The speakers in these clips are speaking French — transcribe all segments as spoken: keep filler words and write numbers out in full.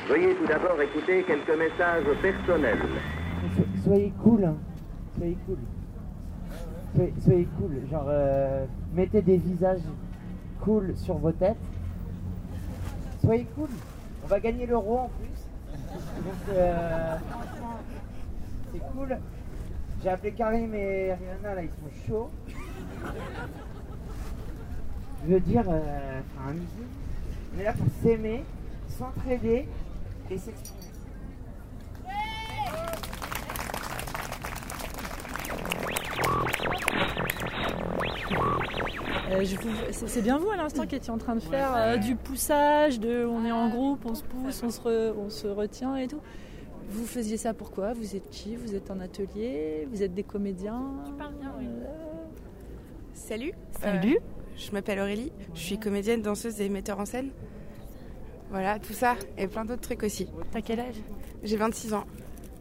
Veuillez tout d'abord écouter quelques messages personnels. So- soyez cool, hein. Soyez cool. Soyez, soyez cool. Genre, euh, mettez des visages cool sur vos têtes. Soyez cool. On va gagner l'euro en plus. Donc, euh, franchement, c'est cool. J'ai appelé Karim et Rihanna, là, ils sont chauds. Je veux dire, euh, enfin, on est là pour s'aimer, s'entraider et s'exprimer. Euh, je vous- c'est, c'est bien vous à l'instant qui étiez en train de faire euh, du poussage, de, on est en groupe, on se pousse, on se, re- on se retient et tout. Vous faisiez ça pourquoi? Vous êtes qui? Vous êtes en atelier? Vous êtes des comédiens? Tu parles bien, oui. Euh, Salut. Salut. Euh, je m'appelle Aurélie. Je suis comédienne, danseuse et metteur en scène. Voilà, tout ça et plein d'autres trucs aussi. T'as quel âge? J'ai vingt-six ans.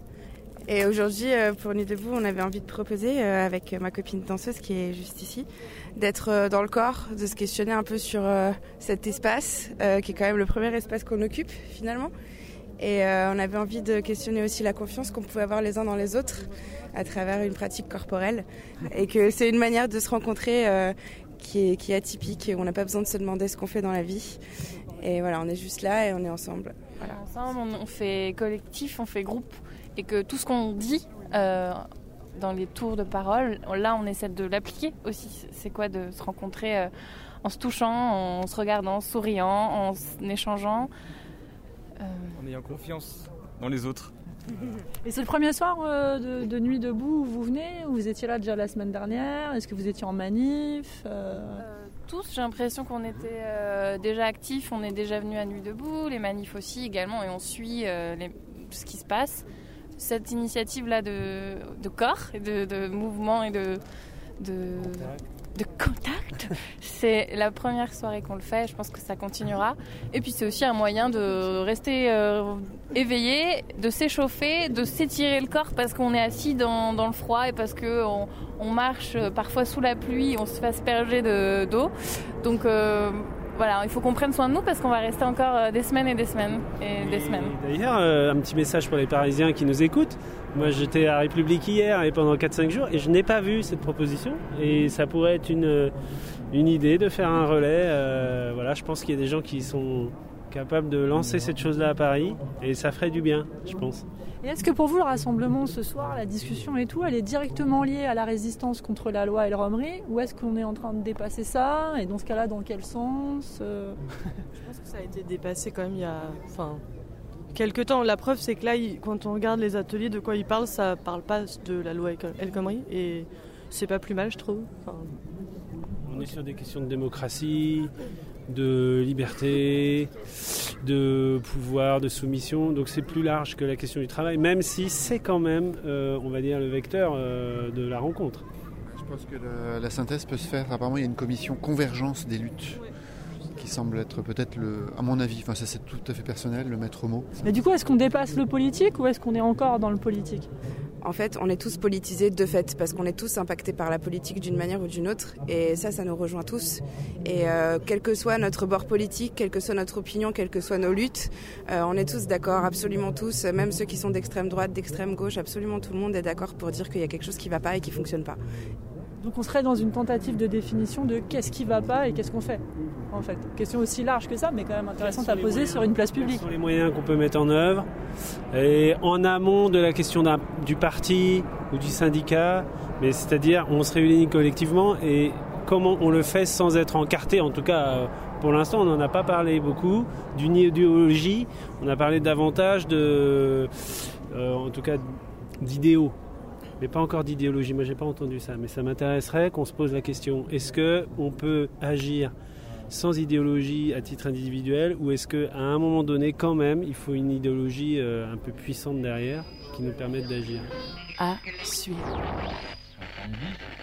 Et aujourd'hui, euh, pour Nuit debout, on avait envie de proposer, euh, avec ma copine danseuse qui est juste ici, d'être euh, dans le corps, de se questionner un peu sur euh, cet espace, euh, qui est quand même le premier espace qu'on occupe finalement. Et euh, on avait envie de questionner aussi la confiance qu'on pouvait avoir les uns dans les autres à travers une pratique corporelle. Et que c'est une manière de se rencontrer euh, qui est, qui est atypique. On n'a pas besoin de se demander ce qu'on fait dans la vie. Et voilà, on est juste là et on est ensemble. Voilà. Ensemble, on, on fait collectif, on fait groupe. Et que tout ce qu'on dit euh, dans les tours de parole, là, on essaie de l'appliquer aussi. C'est quoi de se rencontrer euh, en se touchant, en se regardant, en souriant, en s- en échangeant. Euh, En ayant confiance dans les autres. Et c'est le premier soir euh, de, de Nuit debout où vous venez? Ou vous étiez là déjà la semaine dernière? Est-ce que vous étiez en manif? euh... euh, tous, j'ai l'impression qu'on était euh, déjà actifs, on est déjà venus à Nuit debout, les manifs aussi également, et on suit euh, les, ce qui se passe. Cette initiative-là de, de corps, et de, de mouvement et de, de, de contact, c'est la première soirée qu'on le fait, je pense que ça continuera. Et puis c'est aussi un moyen de rester euh, éveillé, de s'échauffer, de s'étirer le corps parce qu'on est assis dans, dans le froid et parce qu'on on marche parfois sous la pluie, on se fait asperger de, d'eau. Donc euh, voilà, il faut qu'on prenne soin de nous parce qu'on va rester encore des semaines et des semaines et des semaines. Et d'ailleurs, euh, un petit message pour les Parisiens qui nous écoutent. Moi, j'étais à République hier et pendant quatre cinq jours et je n'ai pas vu cette proposition. Et ça pourrait être une, une idée de faire un relais. Euh, voilà, je pense qu'il y a des gens qui sont capables de lancer cette chose-là à Paris et ça ferait du bien, je pense. Et est-ce que pour vous, le rassemblement ce soir, la discussion et tout, elle est directement liée à la résistance contre la loi El Khomri? Ou est-ce qu'on est en train de dépasser ça? Et dans ce cas-là, dans quel sens? euh... Je pense que ça a été dépassé quand même il y a enfin, quelques temps. La preuve, c'est que là, il, quand on regarde les ateliers, de quoi ils parlent, ça parle pas de la loi El Khomri. Et c'est pas plus mal, je trouve. Enfin... On est sur des questions de démocratie, de liberté, de pouvoir, de soumission. Donc c'est plus large que la question du travail, même si c'est quand même, euh, on va dire, le vecteur euh, de la rencontre. Je pense que la, la synthèse peut se faire. Apparemment, il y a une commission convergence des luttes qui semble être peut-être, le, à mon avis, enfin ça c'est tout à fait personnel, le maître mot. Mais du coup, est-ce qu'on dépasse le politique ou est-ce qu'on est encore dans le politique? En fait, on est tous politisés de fait, parce qu'on est tous impactés par la politique d'une manière ou d'une autre, et ça, ça nous rejoint tous. Et euh, quel que soit notre bord politique, quelle que soit notre opinion, quelles que soient nos luttes, euh, on est tous d'accord, absolument tous, même ceux qui sont d'extrême droite, d'extrême gauche, absolument tout le monde est d'accord pour dire qu'il y a quelque chose qui ne va pas et qui ne fonctionne pas. Donc on serait dans une tentative de définition de qu'est-ce qui va pas et qu'est-ce qu'on fait, en fait. Question aussi large que ça, mais quand même intéressante à poser sur une place publique. Quels sont les moyens qu'on peut mettre en œuvre? Et en amont de la question d'un, du parti ou du syndicat, mais c'est-à-dire on se réunit collectivement et comment on le fait sans être encarté. En tout cas, pour l'instant, on n'en a pas parlé beaucoup d'une idéologie. On a parlé davantage de, euh, en tout cas, d'idéaux. Mais pas encore d'idéologie, moi j'ai pas entendu ça, mais ça m'intéresserait qu'on se pose la question, est-ce qu'on peut agir sans idéologie à titre individuel ou est-ce qu'à un moment donné quand même il faut une idéologie euh, un peu puissante derrière qui nous permette d'agir? À suivre. Mm-hmm.